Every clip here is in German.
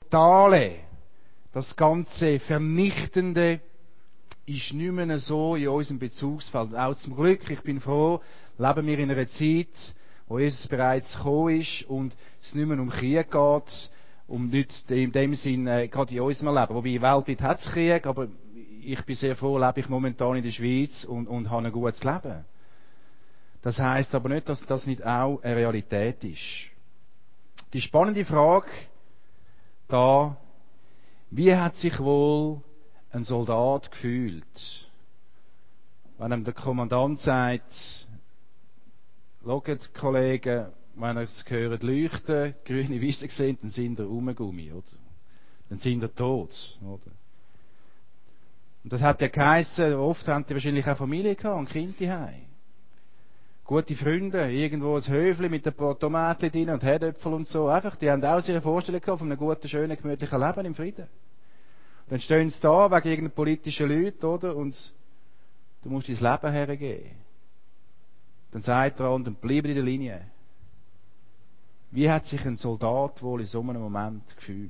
Brutale, das ganze Vernichtende ist nicht mehr so in unserem Bezugsfeld. Auch zum Glück, ich bin froh, leben wir in einer Zeit, wo Jesus bereits gekommen ist und es nicht mehr um Krieg geht, um nicht in dem Sinn, gerade in unserem Leben. Wobei weltweit hat es Krieg, aber ich bin sehr froh, lebe ich momentan in der Schweiz und habe ein gutes Leben. Das heisst aber nicht, dass das nicht auch eine Realität ist. Die spannende Frage da, wie hat sich wohl ein Soldat gefühlt, wenn ihm der Kommandant sagt, schaut, Kollegen, wenn ihr es gehört leuchten, grüne Wiese sehen, dann sind ihr Rumgummi, oder? Dann sind ihr tot, oder? Und das hat ja geheissen, oft haben die wahrscheinlich auch Familie gehabt und Kinder zu Hause. Gute Freunde, irgendwo ein Höfli mit ein paar Tomaten drin und Herdöpfel und so. Einfach, die haben auch ihre Vorstellung gehabt von einem guten, schönen, gemütlichen Leben im Frieden. Dann stehen sie da wegen irgendeiner politischen Leute, oder? Und du musst dein Leben hergeben. Dann sagt er, und bleib in der Linie. Wie hat sich ein Soldat wohl in so einem Moment gefühlt?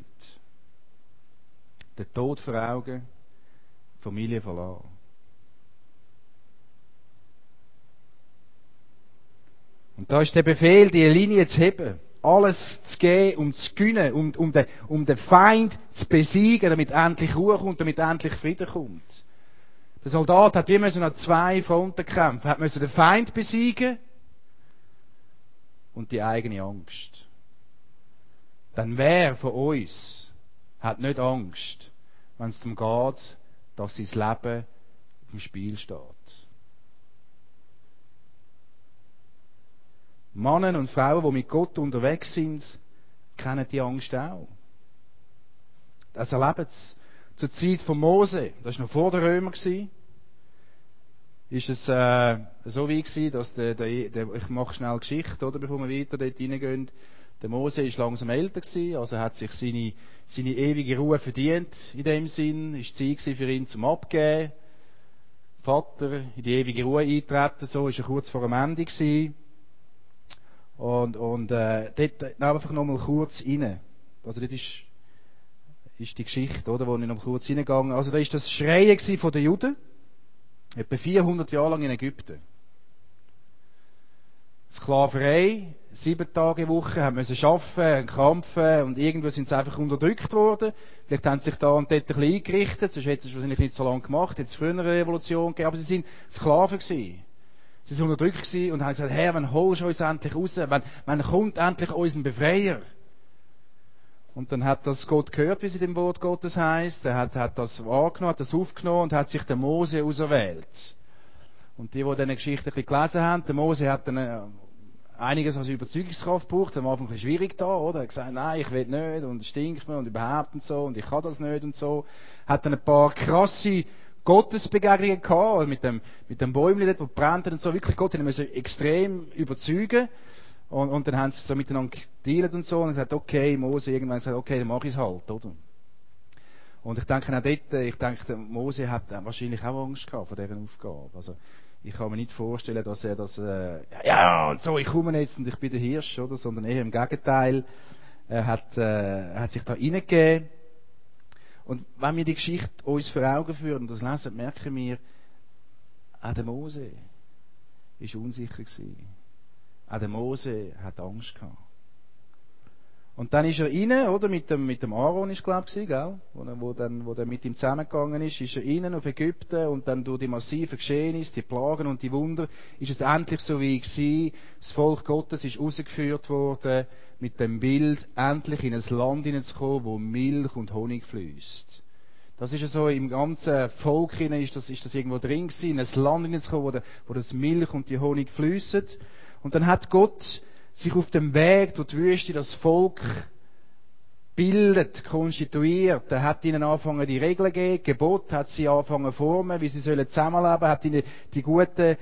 Der Tod vor Augen, Familie verlassen. Und da ist der Befehl, die Linie zu heben, alles zu geben, um zu gewinnen, um den Feind zu besiegen, damit endlich Ruhe kommt, damit endlich Frieden kommt. Der Soldat hat wie müssen an zwei Fronten kämpfen. Er musste den Feind besiegen und die eigene Angst. Denn wer von uns hat nicht Angst, wenn es darum geht, dass sein Leben auf dem Spiel steht? Männer und Frauen, die mit Gott unterwegs sind, kennen die Angst auch. Das erleben sie zur Zeit von Mose. Das war noch vor den Römern. Ist es so wie gewesen, dass ich mache schnell Geschichte, oder, bevor wir weiter dort reingehen. Der Mose ist langsam älter gewesen, also hat sich seine ewige Ruhe verdient in dem Sinn. Ist Zeit gewesen für ihn zum Abgeben. Vater in die ewige Ruhe eintreten, so ist er kurz vor dem Ende gewesen. Und dort einfach noch mal kurz rein. Also dort ist die Geschichte, oder, wo ich noch kurz reingegangen. Also da ist das Schreien von den Juden. Etwa 400 Jahre lang in Ägypten. Sklaverei, 7 Tage Woche, haben müssen arbeiten, kämpfen und irgendwo sind sie einfach unterdrückt worden. Vielleicht haben sie sich da und dort ein bisschen eingerichtet, sonst hätten sie es wahrscheinlich nicht so lange gemacht, hätte es früher eine Revolution gegeben, aber sie sind Sklaven gewesen. Sie sind unterdrückt gewesen und haben gesagt, Herr, wann holst du uns endlich raus? Wann kommt endlich unser Befreier? Und dann hat das Gott gehört, wie es in dem Wort Gottes heißt. Er hat das wahrgenommen, hat das aufgenommen und hat sich den Mose auserwählt. Und die diese Geschichte ein bisschen gelesen haben, der Mose hat dann einiges als Überzeugungskraft gebraucht. Am Anfang ein bisschen schwierig da, oder? Er hat gesagt, nein, ich will nicht und es stinkt mir und überhaupt und so und ich kann das nicht und so. Hat dann ein paar krasse Gottesbegegnungen gehabt, mit dem Bäumchen dort, wo brennt und so. Wirklich, Gott hat ihn extrem überzeugen. Und dann haben sie so miteinander gedealt und so. Und er gesagt, okay, Mose irgendwann gesagt, okay, dann mach ich es halt, oder? Und ich denke auch dort, der Mose hat wahrscheinlich auch Angst gehabt vor dieser Aufgabe. Also, ich kann mir nicht vorstellen, dass er das, und so, ich komme jetzt und ich bin der Hirsch, oder? Sondern eher im Gegenteil. Er hat sich da reingegeben. Und wenn wir die Geschichte uns vor Augen führen und das lesen, merken wir, auch der Mose war unsicher gewesen. Auch der Mose hat Angst gehabt. Und dann ist er rein, oder? Mit dem Aaron ist, glaube ich, gell? Wo der mit ihm zusammengegangen ist er rein auf Ägypten und dann durch die massiven Geschehnisse, die Plagen und die Wunder, ist es endlich so wie gewesen. Das Volk Gottes ist rausgeführt worden, mit dem Bild, endlich in ein Land hineinzukommen, wo Milch und Honig fließt. Das ist ja so, im ganzen Volk hinein ist das irgendwo drin gewesen, in ein Land hineinzukommen, wo das Milch und die Honig fließen. Und dann hat Gott sich auf dem Weg durch die Wüste das Volk bildet, konstituiert. Er hat ihnen angefangen, die Regeln gegeben, Gebot, hat sie angefangen zu formen, wie sie sollen zusammenleben, hat ihnen die guten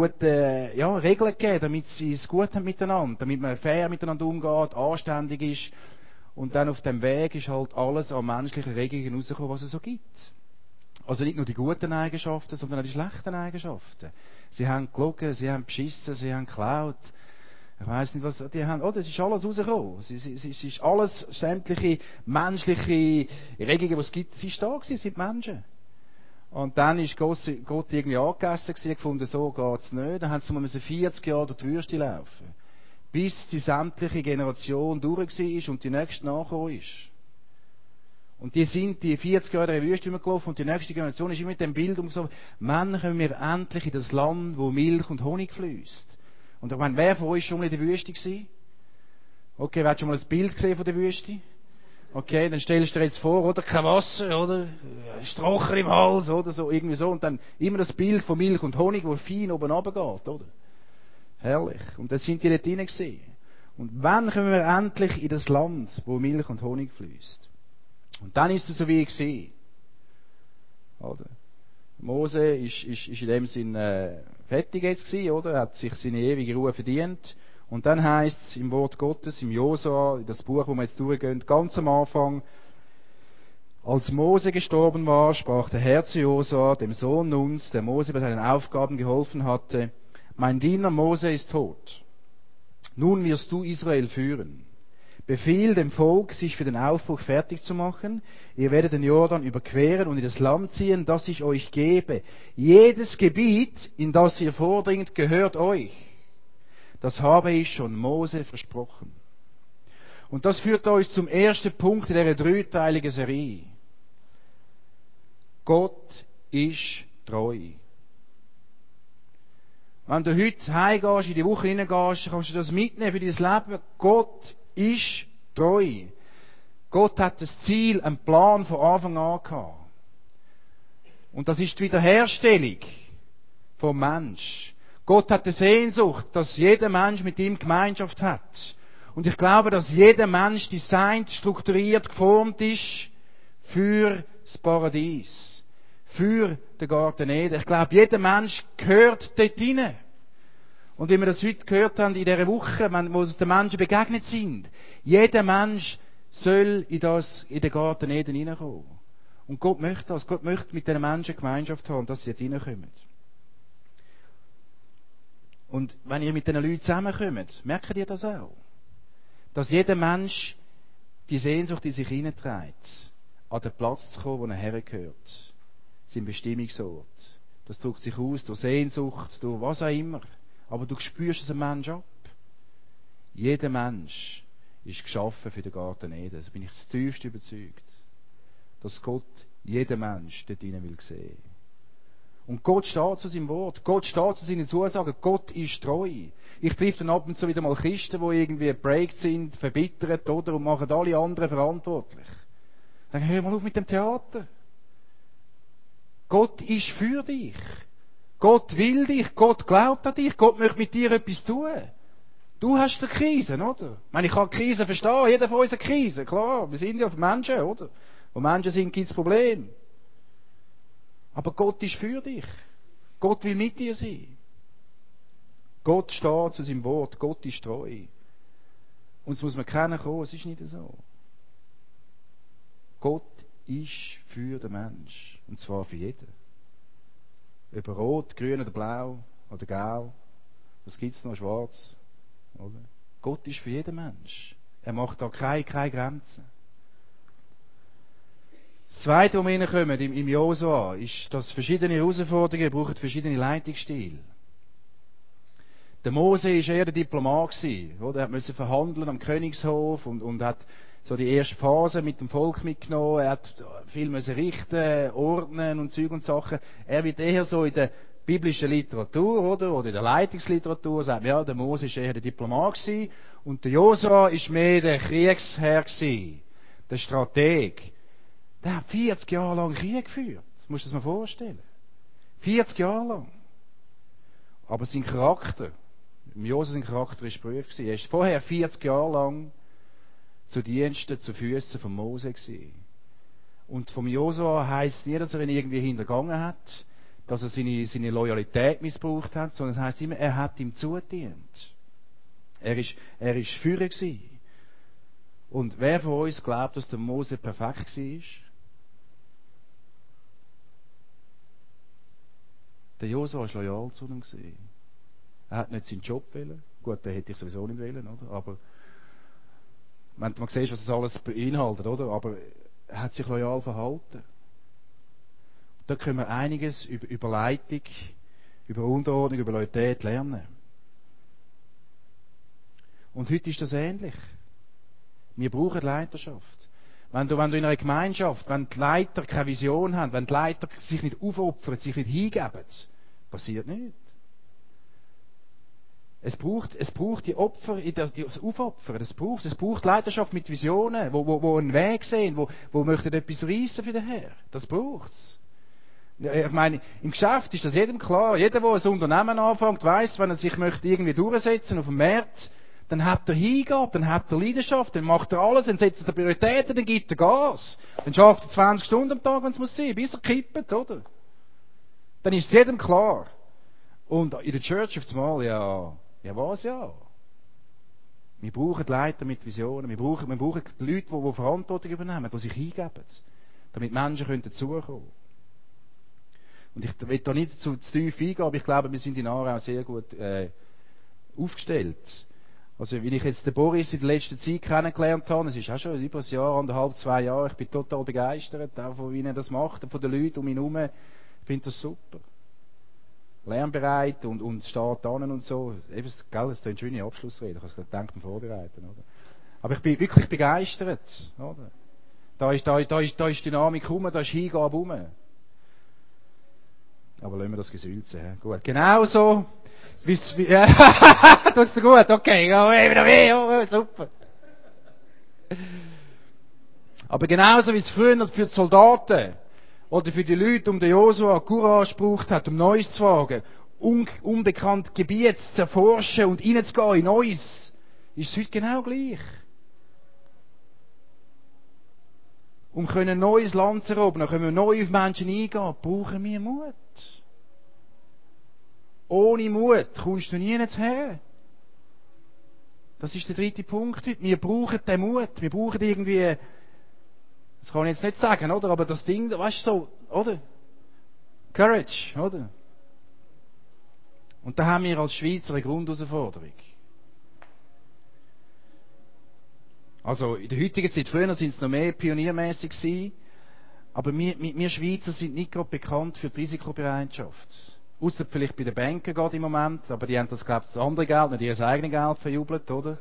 Regeln gegeben, damit sie es gut haben miteinander, damit man fair miteinander umgeht, anständig ist. Und dann auf dem Weg ist halt alles an menschlichen Regelungen rausgekommen, was es so gibt. Also nicht nur die guten Eigenschaften, sondern auch die schlechten Eigenschaften. Sie haben gelogen, sie haben beschissen, sie haben geklaut. Ich weiss nicht, was die haben. Oh, das ist alles rausgekommen. Es ist alles, sämtliche menschliche Regungen, die es gibt, sie ist da gewesen, sind Menschen. Und dann ist Gott irgendwie angegessen gewesen, gefunden, so geht's nicht. Dann haben sie mal 40 Jahre durch die Wüste laufen. Bis die sämtliche Generation durch war und die nächste nachgekommen ist. Und die sind die 40 Jahre in der Wüste gelaufen und die nächste Generation ist immer mit dem Bild umgesagt, Männer, kommen wir endlich in das Land, wo Milch und Honig fließt. Und ich meine, wer von euch schon mal in der Wüste gewesen? Okay, wer hat schon mal ein Bild gesehen von der Wüste? Okay, dann stellst du dir jetzt vor, oder? Kein Wasser, oder? Strocher im Hals, oder so, irgendwie so. Und dann immer das Bild von Milch und Honig, wo fein oben runtergeht, oder? Herrlich. Und dann sind die dort hinein gewesen. Und wann kommen wir endlich in das Land, wo Milch und Honig fließt? Und dann ist es so wie gewesen. Oder? Mose ist in dem Sinn fertig jetzt gewesen, oder? Er hat sich seine ewige Ruhe verdient. Und dann heißt es im Wort Gottes, im Josua, in das Buch, wo wir jetzt durchgehen, ganz am Anfang, als Mose gestorben war, sprach der Herr zu Josua, dem Sohn Nuns, der Mose bei seinen Aufgaben geholfen hatte, mein Diener Mose ist tot. Nun wirst du Israel führen. Befiehl dem Volk, sich für den Aufbruch fertig zu machen. Ihr werdet den Jordan überqueren und in das Land ziehen, das ich euch gebe. Jedes Gebiet, in das ihr vordringt, gehört euch. Das habe ich schon Mose versprochen. Und das führt uns zum ersten Punkt in dieser dreiteiligen Serie. Gott ist treu. Wenn du heute heimgehst, in die Woche hineingehst, kannst du das mitnehmen für dein Leben. Gott ist treu. Gott hat das Ziel, einen Plan von Anfang an gehabt. Und das ist die Wiederherstellung vom Mensch. Gott hat eine Sehnsucht, dass jeder Mensch mit ihm Gemeinschaft hat. Und ich glaube, dass jeder Mensch designt, strukturiert, geformt ist für das Paradies. Für den Garten Eden. Ich glaube, jeder Mensch gehört dort hinein. Und wie wir das heute gehört haben, in dieser Woche, wo uns den Menschen begegnet sind, jeder Mensch soll in den Garten Eden hineinkommen. Und Gott möchte das. Gott möchte mit den Menschen Gemeinschaft haben, dass sie dort hineinkommen. Und wenn ihr mit diesen Leuten zusammenkommt, merkt ihr das auch? Dass jeder Mensch die Sehnsucht in sich hineinträgt, an den Platz zu kommen, wo er hergehört. Sein Bestimmungsort. Das drückt sich aus durch Sehnsucht, durch was auch immer. Aber du spürst es einem Menschen ab. Jeder Mensch ist geschaffen für den Garten Eden. Da bin ich zutiefst überzeugt. Dass Gott jeden Mensch dort hinein will sehen. Und Gott steht zu seinem Wort. Gott steht zu seinen Zusagen. Gott ist treu. Ich treffe dann ab und zu wieder mal Christen, die irgendwie geprägt sind, verbittert, oder? Und machen alle anderen verantwortlich. Dann hör mal auf mit dem Theater. Gott ist für dich. Gott will dich. Gott glaubt an dich. Gott möchte mit dir etwas tun. Du hast eine Krise, oder? Ich meine, ich kann Krise verstehen. Jeder von uns hat Krise. Klar, wir sind ja Menschen, oder? Wo Menschen sind, gibt es Probleme. Aber Gott ist für dich. Gott will mit dir sein. Gott steht zu seinem Wort. Gott ist treu. Und das muss man kennen kommen. Es ist nicht so. Gott ist für den Mensch. Und zwar für jeden. Ob rot, grün oder blau oder gelb. Was gibt es noch? Schwarz. Oder? Gott ist für jeden Mensch. Er macht da keine Grenzen. Das Zweite, wo wir hineinkommen im Josua, ist, dass verschiedene Herausforderungen brauchen verschiedene Leitungsstile. Der Mose war eher der Diplomat gewesen, oder? Er musste verhandeln am Königshof und hat so die erste Phase mit dem Volk mitgenommen. Er hat viel müssen richten, ordnen und Zeug und Sachen. Er wird eher so in der biblischen Literatur, oder in der Leitungsliteratur, sagt man, ja, der Mose war eher der Diplomat gewesen und der Josua ist mehr der Kriegsherr gewesen, der Strateg. Der hat 40 Jahre lang Krieg geführt. Das musst du dir mal vorstellen. 40 Jahre lang. Aber sein Charakter, im Josua sein Charakter ist geprüft gewesen. Er ist vorher 40 Jahre lang zu Diensten, zu Füßen von Mose gewesen. Und vom Josua heisst nicht, dass er ihn irgendwie hintergangen hat, dass er seine Loyalität missbraucht hat, sondern es heisst immer, er hat ihm zudient. Er ist Führer gewesen. Und wer von uns glaubt, dass der Mose perfekt war? Der Josua war loyal zu ihm. Er hat nicht seinen Job wollen. Gut, den hätte ich sowieso nicht wählen, oder? Aber wenn man sieht, was das alles beinhaltet, oder? Aber er hat sich loyal verhalten. Da können wir einiges über Leitung, über Unterordnung, über Loyalität lernen. Und heute ist das ähnlich. Wir brauchen Leiterschaft. Wenn du in einer Gemeinschaft, wenn die Leiter keine Vision haben, wenn die Leiter sich nicht aufopfern, sich nicht hingeben, passiert nichts. Es braucht die Opfer, das Aufopfern, es braucht Leiterschaft mit Visionen, wo einen Weg sehen, wo möchten etwas reissen für den Herr. Das braucht's. Ich meine, im Geschäft ist das jedem klar. Jeder, der ein Unternehmen anfängt, weiss, wenn er sich möchte irgendwie durchsetzen auf dem Markt, dann hat er Hingabe, dann hat er Leidenschaft, dann macht er alles, dann setzt er Prioritäten, dann gibt er Gas. Dann schafft er 20 Stunden am Tag, wenn es muss sein, bis er kippt, oder? Dann ist es jedem klar. Und in der Church auf einmal, ja was, ja. Wir brauchen Leiter mit Visionen, wir brauchen die Leute, die Verantwortung übernehmen, die sich hingeben, damit Menschen dazukommen können. Und ich will da nicht zu tief eingehen, aber ich glaube, wir sind in Aarau sehr gut aufgestellt. Also, wie ich jetzt den Boris in der letzten Zeit kennengelernt habe, es ist auch schon über ein Jahr, 1,5, 2 Jahre, ich bin total begeistert, auch von wie er das macht, von den Leuten um ihn herum. Ich finde das super. Lernbereit und steht an und so. Eben, gell, das ist eine schöne Abschlussrede, ich habe es gedacht beim Vorbereiten. Oder? Aber ich bin wirklich begeistert. Oder? Da ist Dynamik rum, da ist Hingabe rum. Aber lassen wir das Gesülze. Gut, genauso. Ja, tut's dir gut, okay, wieder weh, super. Aber genauso wie es früher für die Soldaten oder für die Leute um den Josua Courage gebraucht hat, um Neues zu wagen, unbekannte Gebiete zu erforschen und reinzugehen in Neues, ist es heute genau gleich. Um ein neues Land zu erobern, können wir neu auf Menschen eingehen, brauchen wir Mut. Ohne Mut kommst du nie her. Das ist der dritte Punkt heute. Wir brauchen den Mut. Wir brauchen irgendwie, das kann ich jetzt nicht sagen, oder? Aber das Ding, weißt du so, oder? Courage, oder? Und da haben wir als Schweizer eine Grundherausforderung. Also, in der heutigen Zeit, früher sind es noch mehr pioniermäßig gewesen, aber wir Schweizer sind nicht gerade bekannt für die Risikobereitschaft. Ausser vielleicht bei den Banken gerade im Moment, aber die haben das, glaube ich, das andere Geld, nicht ihr eigenes Geld verjubelt, oder?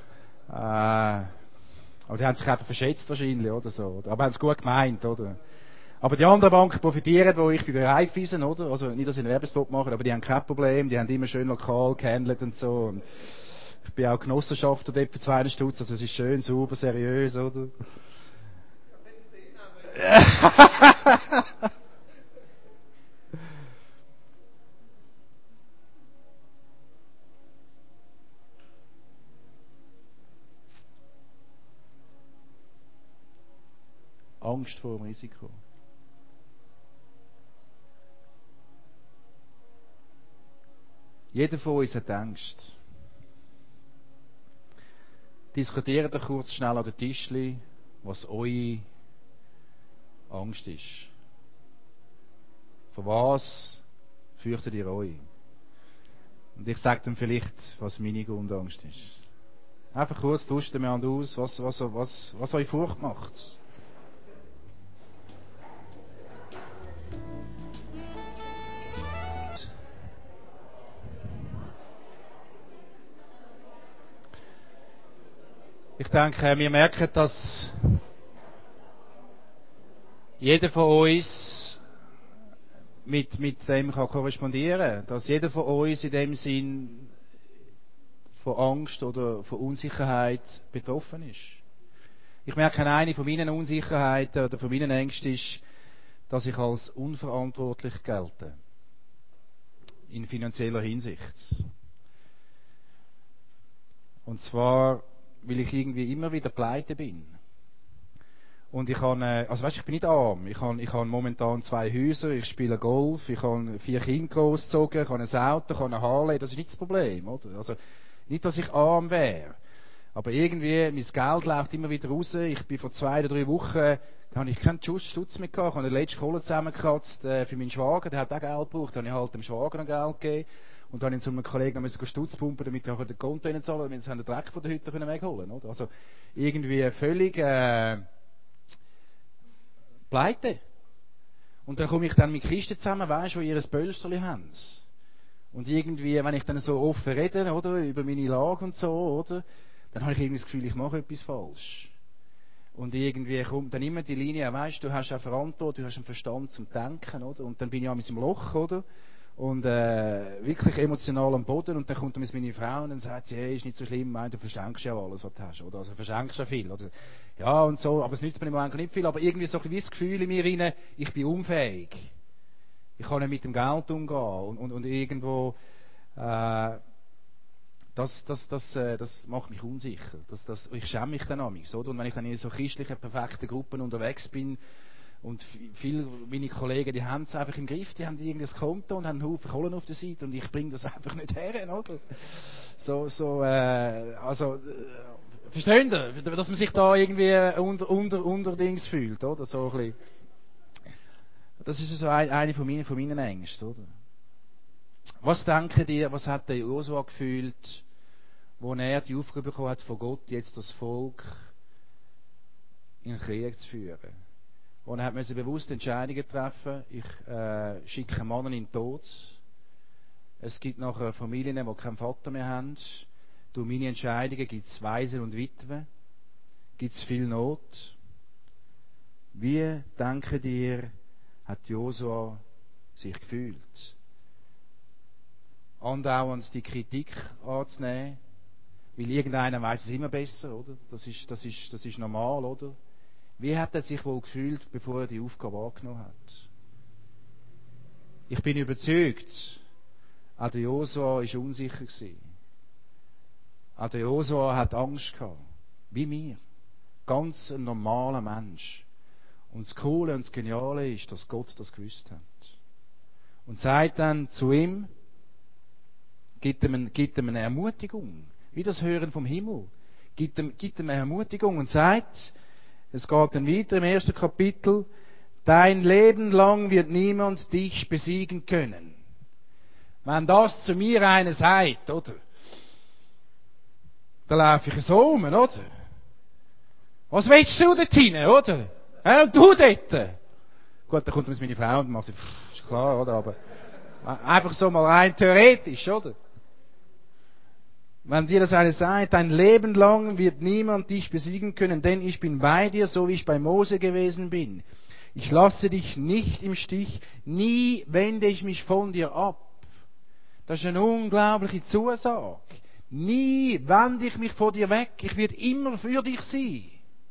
Aber die haben sich eben verschätzt wahrscheinlich, oder so. Aber haben es gut gemeint, oder? Aber die anderen Banken profitieren, wo ich bei der Raiffeisen, oder? Also nicht, dass ich einen Werbespot mache, aber die haben kein Problem, die haben immer schön lokal gehandelt und so. Und ich bin auch Genossenschafter dort für 2 Stutz, also es ist schön, sauber, seriös, oder? Angst vor dem Risiko. Jeder von uns hat Angst. Diskutiert doch kurz schnell an den Tischli, was eure Angst ist. Vor was fürchtet ihr euch? Und ich sage dann vielleicht, was meine Grundangst ist. Einfach kurz tauscht miteinander aus, was euch Furcht macht. Ich denke, wir merken, dass jeder von uns mit dem kann korrespondieren kann. Dass jeder von uns in dem Sinn von Angst oder von Unsicherheit betroffen ist. Ich merke, eine von meinen Unsicherheiten oder von meinen Ängsten ist, dass ich als unverantwortlich gelte. In finanzieller Hinsicht. Und zwar, weil ich irgendwie immer wieder pleite bin. Und ich habe, also weißt, ich bin nicht arm. Ich habe momentan 2 Häuser, ich spiele Golf, ich habe 4 Kinder großgezogen, ich habe ein Auto, ich habe eine Harley, das ist nicht das Problem, oder? Also, nicht, dass ich arm wäre. Aber irgendwie, mein Geld läuft immer wieder raus. Ich bin vor 2 oder 3 Wochen, habe ich keinen Stutz mehr gehabt. Ich habe den letzten Kohle zusammengekratzt, für meinen Schwager, der hat auch Geld gebraucht, da habe ich halt dem Schwager noch Geld gegeben. Und dann in so einem Kollegen noch Stutz pumpen, damit er den Container zahlen, damit sie den Dreck von der Hütte wegholen können. Also irgendwie völlig pleite. Und dann komme ich dann mit Christen zusammen, weisst du, die ihr Pölsterli haben. Und irgendwie, wenn ich dann so offen rede, oder, über meine Lage und so, oder, dann habe ich irgendwie das Gefühl, ich mache etwas falsch. Und irgendwie kommt dann immer die Linie, weisst du, hast auch Verantwortung, du hast einen Verstand zum Denken, oder? Und dann bin ich auch mit im Loch, oder? Und wirklich emotional am Boden. Und dann kommt dann meine Frau und dann sagt sie, hey, ist nicht so schlimm, du verschenkst ja alles, was du hast, oder? Also verschenkst ja viel, oder? Ja, und so, aber es nützt mir im Moment nicht viel, aber irgendwie so ein bisschen das Gefühl in mir rein, ich bin unfähig. Ich kann nicht mit dem Geld umgehen. Und irgendwo, das macht mich unsicher. Ich schäme mich dann manchmal, oder? Und wenn ich dann in so christlichen, perfekten Gruppen unterwegs bin, und viele meiner Kollegen, die haben es einfach im Griff, die haben irgendwie das Konto und haben einen Haufen Kohlen auf der Seite und ich bringe das einfach nicht her, oder? Verstehen Sie? Dass man sich da irgendwie unterdings fühlt, oder? So ein bisschen. Das ist so eine von meinen Ängsten, oder? Was denken ihr, was hat der Josua gefühlt, wo er die Aufgabe bekommen hat von Gott, jetzt das Volk in den Krieg zu führen? Und er musste bewusst Entscheidungen treffen. Ich schicke Männer in den Tod. Es gibt nachher Familien, die keinen Vater mehr haben. Durch meine Entscheidungen gibt es Waisen und Witwen. Gibt es viel Not. Wie, denkt ihr, hat Josua sich gefühlt? Andauernd die Kritik anzunehmen. Weil irgendeiner weiß es immer besser, oder? Das ist normal, oder? Wie hat er sich wohl gefühlt, bevor er die Aufgabe angenommen hat? Ich bin überzeugt, auch der Josua war unsicher gewesen. Auch der Josua hat Angst gehabt. Wie mir. Ganz ein normaler Mensch. Und das Coole und das Geniale ist, dass Gott das gewusst hat. Und sagt dann zu ihm, gibt ihm eine Ermutigung. Wie das Hören vom Himmel. Gibt ihm eine Ermutigung und sagt, es geht dann weiter im ersten Kapitel, dein Leben lang wird niemand dich besiegen können. Wenn das zu mir einer sagt, oder? Dann laufe ich so um, oder? Was willst du dort hinein, oder? Und du dort? Gut, dann kommt jetzt meine Frau und macht sie, ist klar, oder? Aber einfach so mal rein theoretisch, oder? Wenn dir das einer sagt, dein Leben lang wird niemand dich besiegen können, denn ich bin bei dir, so wie ich bei Mose gewesen bin. Ich lasse dich nicht im Stich, nie wende ich mich von dir ab. Das ist eine unglaubliche Zusage. Nie wende ich mich von dir weg, ich werde immer für dich sein.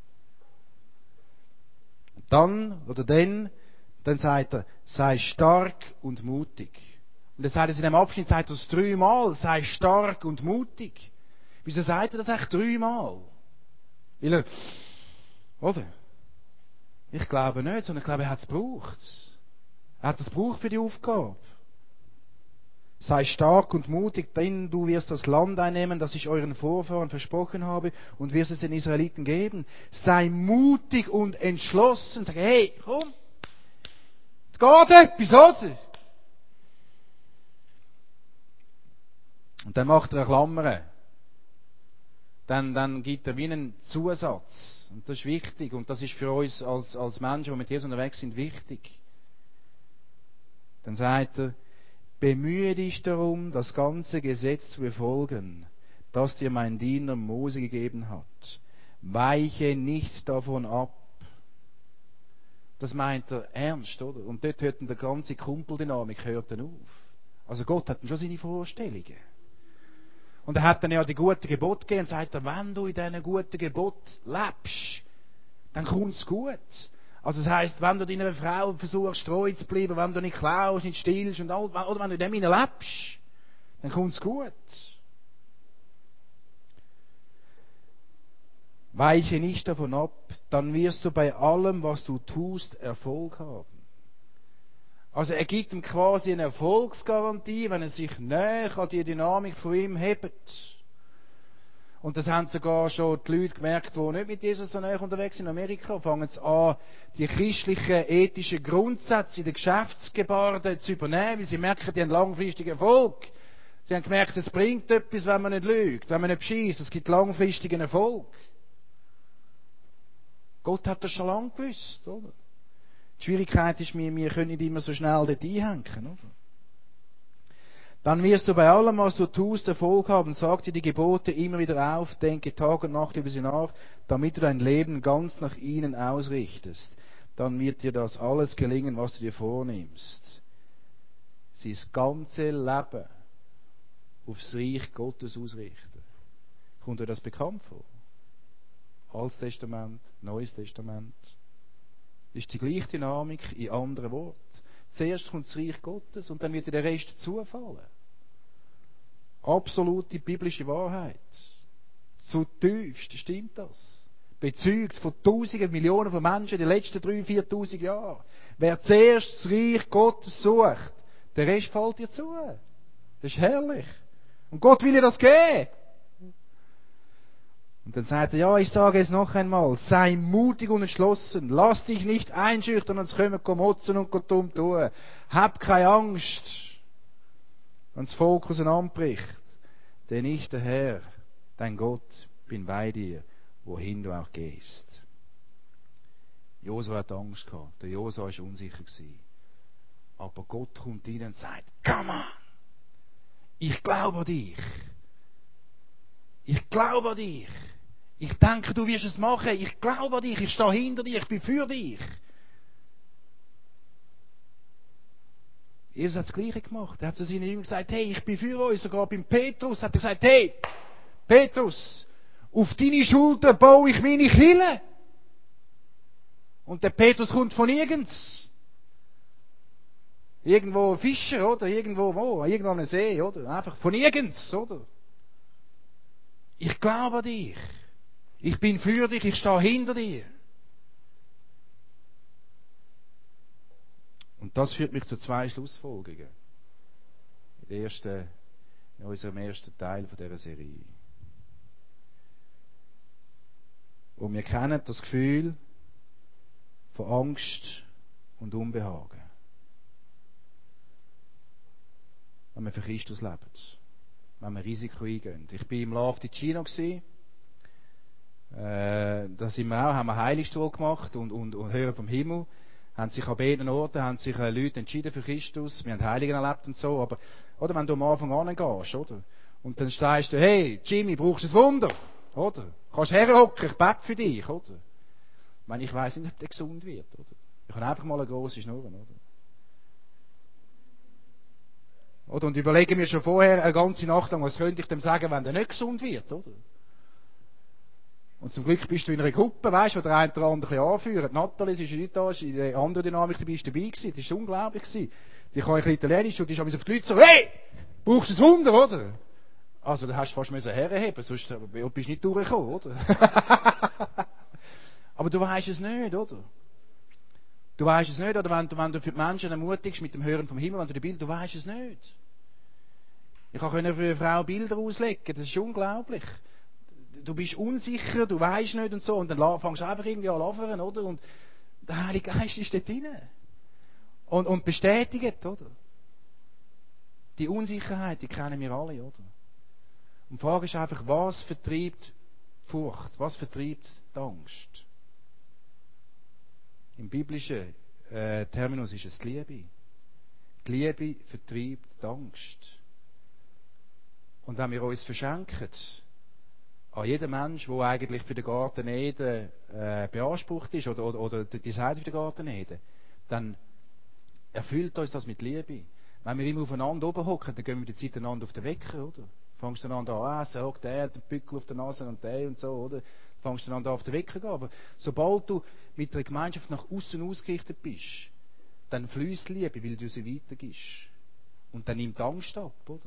Dann sagt er, sei stark und mutig. Und er sagt es in dem Abschnitt, sagt er es 3-mal, sei stark und mutig. Wieso sagt er das eigentlich 3-mal? Weil er, oder? Ich glaube nicht, sondern ich glaube, er hat es gebraucht. Er hat es gebraucht für die Aufgabe. Sei stark und mutig, denn du wirst das Land einnehmen, das ich euren Vorfahren versprochen habe, und wirst es den Israeliten geben. Sei mutig und entschlossen. Sag, hey, komm, jetzt geht etwas, oder? Und dann macht er eine Klammer. Dann gibt er wie einen Zusatz. Und das ist wichtig. Und das ist für uns als Menschen, die mit Jesus unterwegs sind, wichtig. Dann sagt er, bemühe dich darum, das ganze Gesetz zu befolgen, das dir mein Diener Mose gegeben hat. Weiche nicht davon ab. Das meint er ernst, oder? Und dort hört dann die ganze Kumpeldynamik hört dann auf. Also Gott hat dann schon seine Vorstellungen. Und er hat dann ja die guten Gebote gegeben und sagt, wenn du in diesen guten Geboten lebst, dann kommt es gut. Also das heisst, wenn du deiner Frau versuchst, treu zu bleiben, wenn du nicht klaust, nicht stiehlst und all, oder wenn du in dem lebst, dann kommt es gut. Weiche nicht davon ab, dann wirst du bei allem, was du tust, Erfolg haben. Also er gibt ihm quasi eine Erfolgsgarantie, wenn er sich näher an die Dynamik von ihm hebt. Und das haben sogar schon die Leute gemerkt, die nicht mit Jesus so näher unterwegs sind in Amerika. Fangen sie an, die christlichen, ethischen Grundsätze in der Geschäftsgebaren zu übernehmen, weil sie merken, die haben langfristigen Erfolg. Sie haben gemerkt, es bringt etwas, wenn man nicht lügt, wenn man nicht bescheißt. Es gibt langfristigen Erfolg. Gott hat das schon lange gewusst, oder? Die Schwierigkeit ist, wir können nicht immer so schnell dort einhängen, oder? Dann wirst du bei allem, was du tust, Erfolg haben. Sag dir die Gebote immer wieder auf, denke Tag und Nacht über sie nach, damit du dein Leben ganz nach ihnen ausrichtest. Dann wird dir das alles gelingen, was du dir vornimmst. Sein ganze Leben aufs Reich Gottes ausrichten. Kommt dir das bekannt vor? Altes Testament, Neues Testament. Das ist die gleiche Dynamik in anderen Worten. Zuerst kommt das Reich Gottes und dann wird dir der Rest zufallen. Absolute biblische Wahrheit. Zutiefst stimmt das. Bezeugt von Tausenden, Millionen von Menschen in den letzten 3.000, 4.000 Jahren. Wer zuerst das Reich Gottes sucht, der Rest fällt dir zu. Das ist herrlich. Und Gott will dir das geben. Und dann sagt er, ja, ich sage es noch einmal, sei mutig und entschlossen, lass dich nicht einschüchtern, sonst können wir motzen und dumm tun. Hab keine Angst, wenn das Volk auseinanderbricht, denn ich, der Herr, dein Gott, bin bei dir, wohin du auch gehst. Josua hat Angst gehabt, der Josua war unsicher gewesen. Aber Gott kommt rein und sagt, come on, ich glaube an dich. Ich glaube an dich. Ich denke, du wirst es machen. Ich glaube an dich. Ich stehe hinter dir. Ich bin für dich. Jesus hat das Gleiche gemacht. Er hat zu seinen Jüngern gesagt, hey, ich bin für euch. Sogar beim Petrus hat er gesagt, hey, Petrus, auf deine Schulter baue ich meine Kille. Und der Petrus kommt von nirgends. Irgendwo Fischer, oder? Irgendwo wo? Irgendwo an einem See, oder? Einfach von nirgends, oder? Ich glaube an dich. Ich bin für dich, ich stehe hinter dir. Und das führt mich zu zwei Schlussfolgerungen. In unserem ersten Teil dieser Serie. Und wir kennen das Gefühl von Angst und Unbehagen. Wenn wir für Christus leben. Wenn wir Risiko eingehen. Ich war im Love in China. Da sind wir auch, haben wir Heiligstuhl gemacht und hören vom Himmel. Haben sich an beiden Orten Leute entschieden für Christus. Wir haben Heiligen erlebt und so. Aber, oder, wenn du am Anfang angehst, oder? Und dann stehst du, hey, Jimmy, brauchst du ein Wunder? Oder? Kannst du herhocken, ich bete für dich, oder? Ich weiss nicht, ob der gesund wird, oder? Ich habe einfach mal eine grosse Schnur, oder? Oder? Und überlege mir schon vorher eine ganze Nacht lang, was könnte ich dem sagen, wenn der nicht gesund wird, oder? Und zum Glück bist du in einer Gruppe, weißt du, wo der eine oder andere anführt. Nathalie, sie ist nicht da, in der anderen Dynamik dabei gewesen. Das war unglaublich gewesen. Die kann ein bisschen Italienisch und die ist auf die Leute so, hey, brauchst du ein Wunder, oder? Also, da hast du fast herheben, sonst bist du nicht durchgekommen, oder? Aber du weisst es nicht, oder? Du weisst es nicht, oder wenn du für die Menschen ermutigst mit dem Hören vom Himmel, wenn du die Bilder, du weisst es nicht. Ich konnte für eine Frau Bilder auslegen, das ist unglaublich. Du bist unsicher, du weisst nicht und so, und dann fängst du einfach irgendwie an zu labern, oder? Und der Heilige Geist ist dort drin. Und bestätigt, oder? Die Unsicherheit, die kennen wir alle, oder? Und die Frage ist einfach, was vertreibt Furcht? Was vertreibt die Angst? Im biblischen Terminus ist es die Liebe. Die Liebe vertreibt die Angst. Und wenn wir uns verschenken, an jeden Mensch, der eigentlich für den Garten Eden beansprucht ist oder die Seite für den Garten Eden, dann erfüllt uns das mit Liebe. Wenn wir immer aufeinander oben hocken, dann gehen wir die Zeit einander auf den Wecker, oder? Fangst du einander an essen, hockt der hat den Pickel auf der Nase und der und so, oder? Fangst du einander auf den Wecker gehen. Aber sobald du mit der Gemeinschaft nach außen ausgerichtet bist, dann fließt Liebe, weil du sie weitergibst. Und dann nimmt die Angst ab, oder?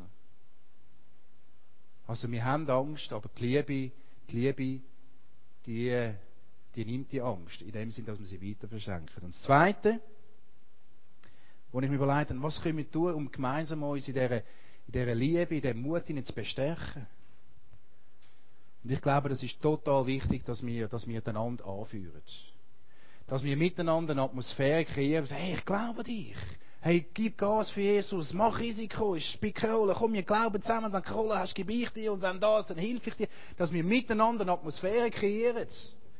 Also wir haben Angst, aber die Liebe, die nimmt die Angst, in dem Sinne, dass wir sie weiter verschenken. Und das Zweite, wo ich mir überlege, was können wir tun, um gemeinsam uns in dieser Liebe, in diesem Mut zu bestärken. Und ich glaube, das ist total wichtig, dass wir einander anführen. Dass wir miteinander eine Atmosphäre kreieren, sagen, hey, ich glaube an dich. Hey, gib Gas für Jesus, mach Risiko, ist bei Kohle, komm, wir glauben zusammen, wenn du Kohle hast, gebe ich dir und wenn das, dann hilf ich dir, dass wir miteinander eine Atmosphäre kreieren.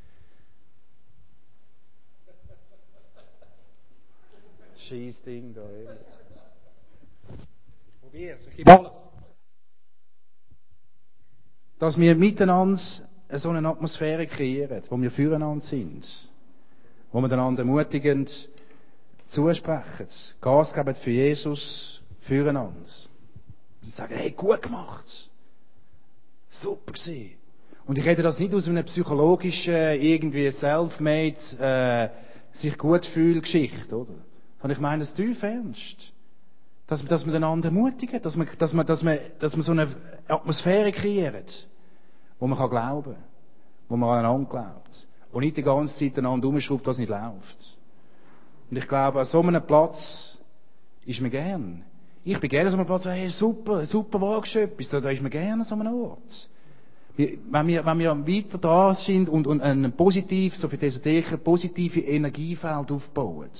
Scheiß Ding da, ehrlich. Ich probier's, ich gebe alles. Dass wir miteinander so eine Atmosphäre kreieren, wo wir füreinander sind, wo wir einander ermutigend zusprechen, Gas geben für Jesus, füreinander. Und sagen, hey, gut gemacht. Super gewesen. Und ich rede das nicht aus einer psychologischen, irgendwie self-made, sich gut fühlen Geschichte, oder? Sondern ich meine das tief ernst. Dass wir einander ermutigen, dass wir so eine Atmosphäre kreieren, wo man glauben kann, wo man aneinander glaubt. Und nicht die ganze Zeit einander umschraubt, was nicht läuft. Und ich glaube, an so einem Platz ist mir gern. Ich bin gerne an so einem Platz, hey, super, wagst du etwas, da ist mir gerne an so einem Ort. Wenn wir weiter da sind und ein positiv, so für diese Kirche, positive Energiefeld aufbauen,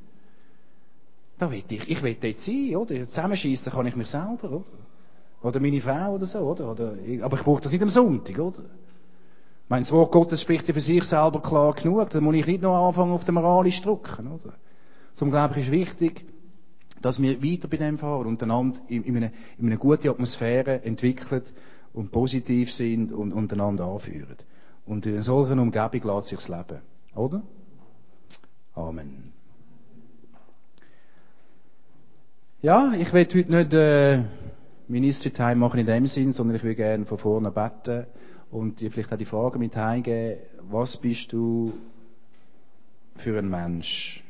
da will ich will dort sein, oder? Zusammenschießen kann ich mich selber, oder? Oder meine Frau oder so, oder? Aber ich brauche das nicht am Sonntag, oder? Mein das Wort Gottes spricht ja für sich selber klar genug, da muss ich nicht noch anfangen, auf den moralisch zu drücken, oder? Darum glaube ich, ist wichtig, dass wir weiter bei dem fahren und einander in einer guten Atmosphäre entwickeln und positiv sind und einander anführen. Und in solcher Umgebung lässt sich das Leben. Oder? Amen. Ja, ich will heute nicht Ministry Time machen in dem Sinn, sondern ich will gerne von vorne beten und dir vielleicht auch die Frage mit heimgeben, was bist du für ein Mensch?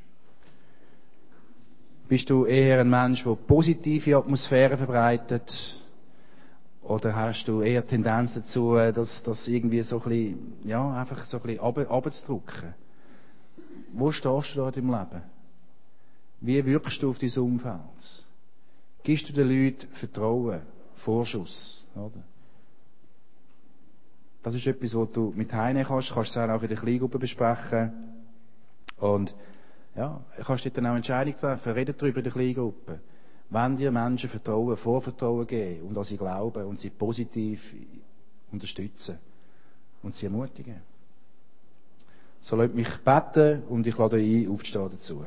Bist du eher ein Mensch, der positive Atmosphäre verbreitet? Oder hast du eher Tendenz dazu, das irgendwie so ein bisschen, ja, einfach so ein bisschen runterzudrücken? Wo stehst du da in deinem Leben? Wie wirkst du auf dein Umfeld? Gibst du den Leuten Vertrauen, Vorschuss, oder? Das ist etwas, was du mit heimnehmen kannst. Kannst du es auch in der Kleingruppe besprechen. Und, ja, kannst du dann auch Entscheidungen treffen. Reden darüber in der Kleingruppe. Wenn dir Menschen Vertrauen, Vorvertrauen geben und an sie glauben und sie positiv unterstützen und sie ermutigen. So lasst mich beten und ich lade euch ein, aufzustehen dazu.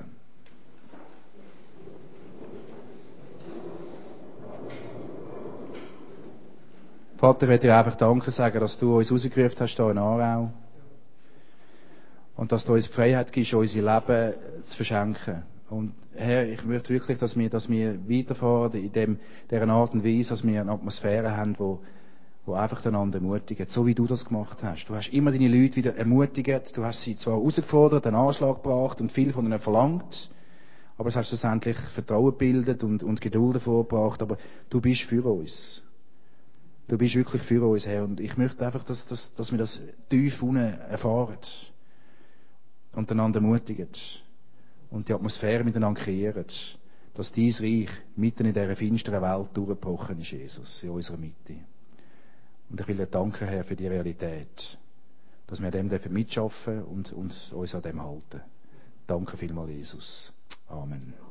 Vater, ich möchte dir einfach Danke sagen, dass du uns rausgerufen hast hier in Aarau. Und dass du uns die Freiheit gibst, unser Leben zu verschenken. Und Herr, ich möchte wirklich, dass wir weiterfahren in dieser Art und Weise, dass wir eine Atmosphäre haben, wo einfach einander ermutigen, so wie du das gemacht hast. Du hast immer deine Leute wieder ermutigt, du hast sie zwar herausgefordert, einen Anschlag gebracht und viel von ihnen verlangt, aber es hast schlussendlich Vertrauen gebildet und Geduld hervorgebracht, aber du bist für uns. Du bist wirklich für uns, Herr, und ich möchte einfach, dass wir das tief unten erfahren und einander ermutigen und die Atmosphäre miteinander kreieren, dass dein Reich mitten in dieser finsteren Welt durchgebrochen ist, Jesus, in unserer Mitte. Und ich will dir danken, Herr, für die Realität, dass wir an dem mitschaffen und uns an dem halten. Danke vielmals, Jesus. Amen.